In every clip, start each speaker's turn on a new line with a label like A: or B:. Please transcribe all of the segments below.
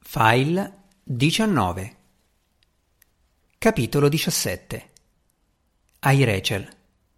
A: File 19. Capitolo 17. Ai Rachel.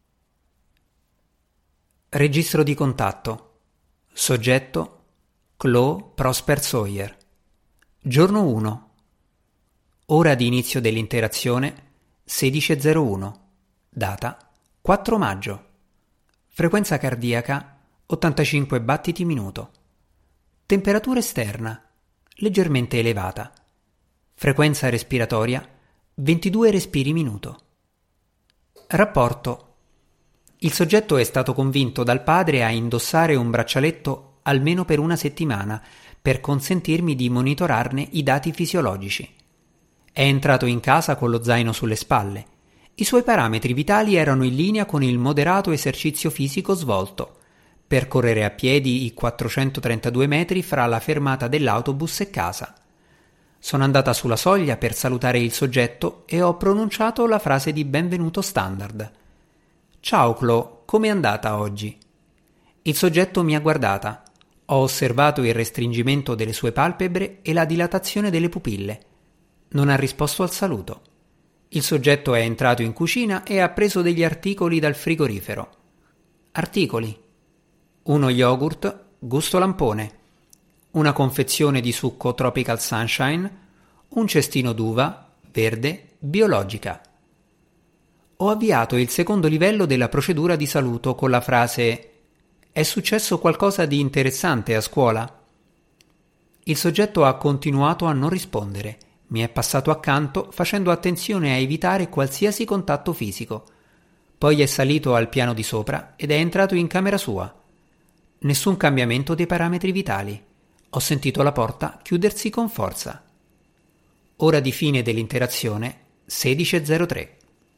A: Registro di contatto. Soggetto Chloe Prosper Sawyer. Giorno 1. Ora di inizio dell'interazione 16:01. Data 4 maggio. Frequenza cardiaca 85 battiti minuto. Temperatura esterna leggermente elevata. Frequenza respiratoria 22 respiri minuto. Rapporto. Il soggetto è stato convinto dal padre a indossare un braccialetto almeno per una settimana per consentirmi di monitorarne i dati fisiologici. È entrato in casa con lo zaino sulle spalle. I suoi parametri vitali erano in linea con il moderato esercizio fisico svolto. Percorrere a piedi i 432 metri fra la fermata dell'autobus e casa. Sono andata sulla soglia per salutare il soggetto e ho pronunciato la frase di benvenuto standard. «Ciao Chloe, com'è andata oggi?» Il soggetto mi ha guardata. Ho osservato il restringimento delle sue palpebre e la dilatazione delle pupille. Non ha risposto al saluto. Il soggetto è entrato in cucina e ha preso degli articoli dal frigorifero. Articoli: uno yogurt gusto lampone, una confezione di succo Tropical Sunshine, un cestino d'uva verde biologica. Ho avviato il secondo livello della procedura di saluto con la frase «È successo qualcosa di interessante a scuola?» Il soggetto ha continuato a non rispondere. Mi è passato accanto facendo attenzione a evitare qualsiasi contatto fisico. Poi è salito al piano di sopra ed è entrato in camera sua. Nessun cambiamento dei parametri vitali. Ho sentito la porta chiudersi con forza. Ora di fine dell'interazione 16:03.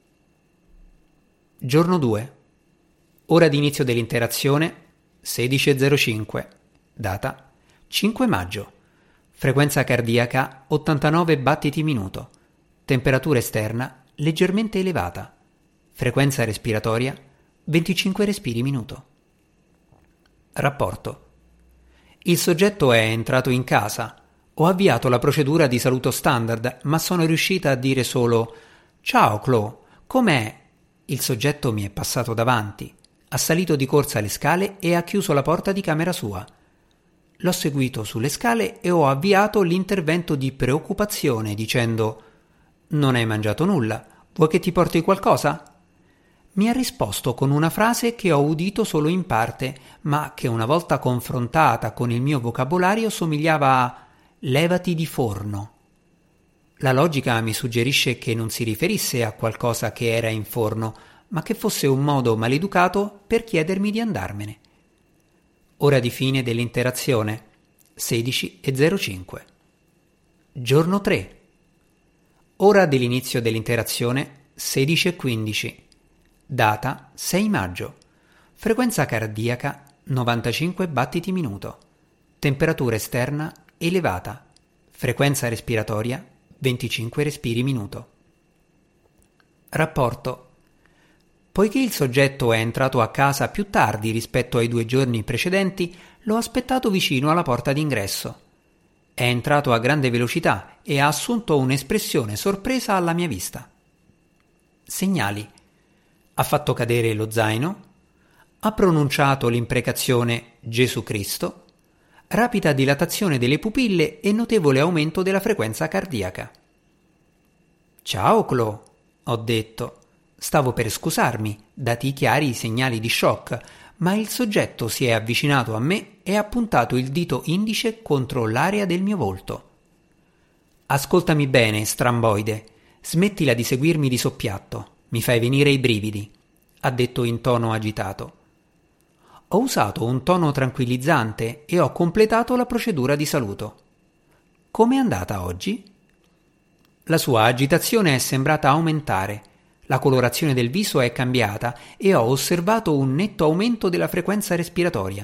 A: Giorno 2. Ora di inizio dell'interazione 16:05. Data 5 maggio. Frequenza cardiaca 89 battiti minuto. Temperatura esterna leggermente elevata. Frequenza respiratoria 25 respiri minuto. Rapporto. Il soggetto è entrato in casa. Ho avviato la procedura di saluto standard, ma sono riuscita a dire solo «Ciao Chloe, com'è?» Il soggetto mi è passato davanti, ha salito di corsa le scale e ha chiuso la porta di camera sua. L'ho seguito sulle scale e ho avviato l'intervento di preoccupazione dicendo «Non hai mangiato nulla, vuoi che ti porti qualcosa?» Mi ha risposto con una frase che ho udito solo in parte, ma che una volta confrontata con il mio vocabolario somigliava a «levati di forno». La logica mi suggerisce che non si riferisse a qualcosa che era in forno, ma che fosse un modo maleducato per chiedermi di andarmene. Ora di fine dell'interazione 16:05. Giorno 3. Ora dell'inizio dell'interazione 16:15. Data 6 maggio. Frequenza cardiaca 95 battiti minuto. Temperatura esterna elevata. Frequenza respiratoria 25 respiri minuto. Rapporto. Poiché il soggetto è entrato a casa più tardi rispetto ai 2 giorni precedenti, l'ho aspettato vicino alla porta d'ingresso. È entrato a grande velocità e ha assunto un'espressione sorpresa alla mia vista. Segnali. Ha fatto cadere lo zaino, ha pronunciato l'imprecazione Gesù Cristo, rapida dilatazione delle pupille e notevole aumento della frequenza cardiaca. «Ciao Chloe», ho detto. Stavo per scusarmi, dati i chiari segnali di shock, ma il soggetto si è avvicinato a me e ha puntato il dito indice contro l'area del mio volto. «Ascoltami bene, stramboide, smettila di seguirmi di soppiatto. Mi fai venire i brividi», ha detto in tono agitato. Ho usato un tono tranquillizzante e ho completato la procedura di saluto. «Com'è andata oggi?» La sua agitazione è sembrata aumentare, la colorazione del viso è cambiata e ho osservato un netto aumento della frequenza respiratoria.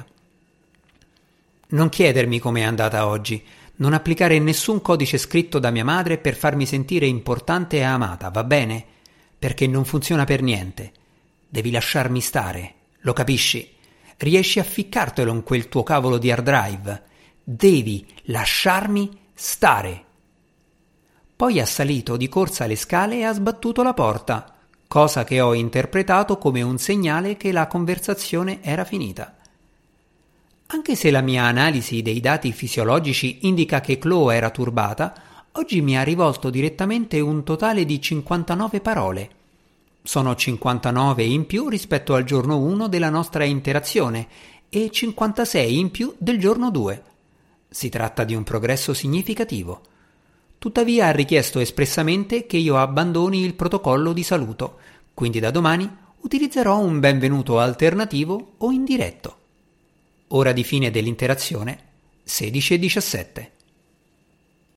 A: «Non chiedermi com'è andata oggi, non applicare nessun codice scritto da mia madre per farmi sentire importante e amata, va bene? Perché non funziona per niente. Devi lasciarmi stare, lo capisci? Riesci a ficcartelo in quel tuo cavolo di hard drive? Devi lasciarmi Stare. Poi ha salito di corsa le scale e ha sbattuto la porta, cosa che ho interpretato come un segnale che la conversazione era finita. Anche se la mia analisi dei dati fisiologici indica che Chloe era turbata, oggi mi ha rivolto direttamente un totale di 59 parole. Sono 59 in più rispetto al giorno 1 della nostra interazione e 56 in più del giorno 2. Si tratta di un progresso significativo. Tuttavia ha richiesto espressamente che io abbandoni il protocollo di saluto, quindi da domani utilizzerò un benvenuto alternativo o indiretto. Ora di fine dell'interazione 16:17.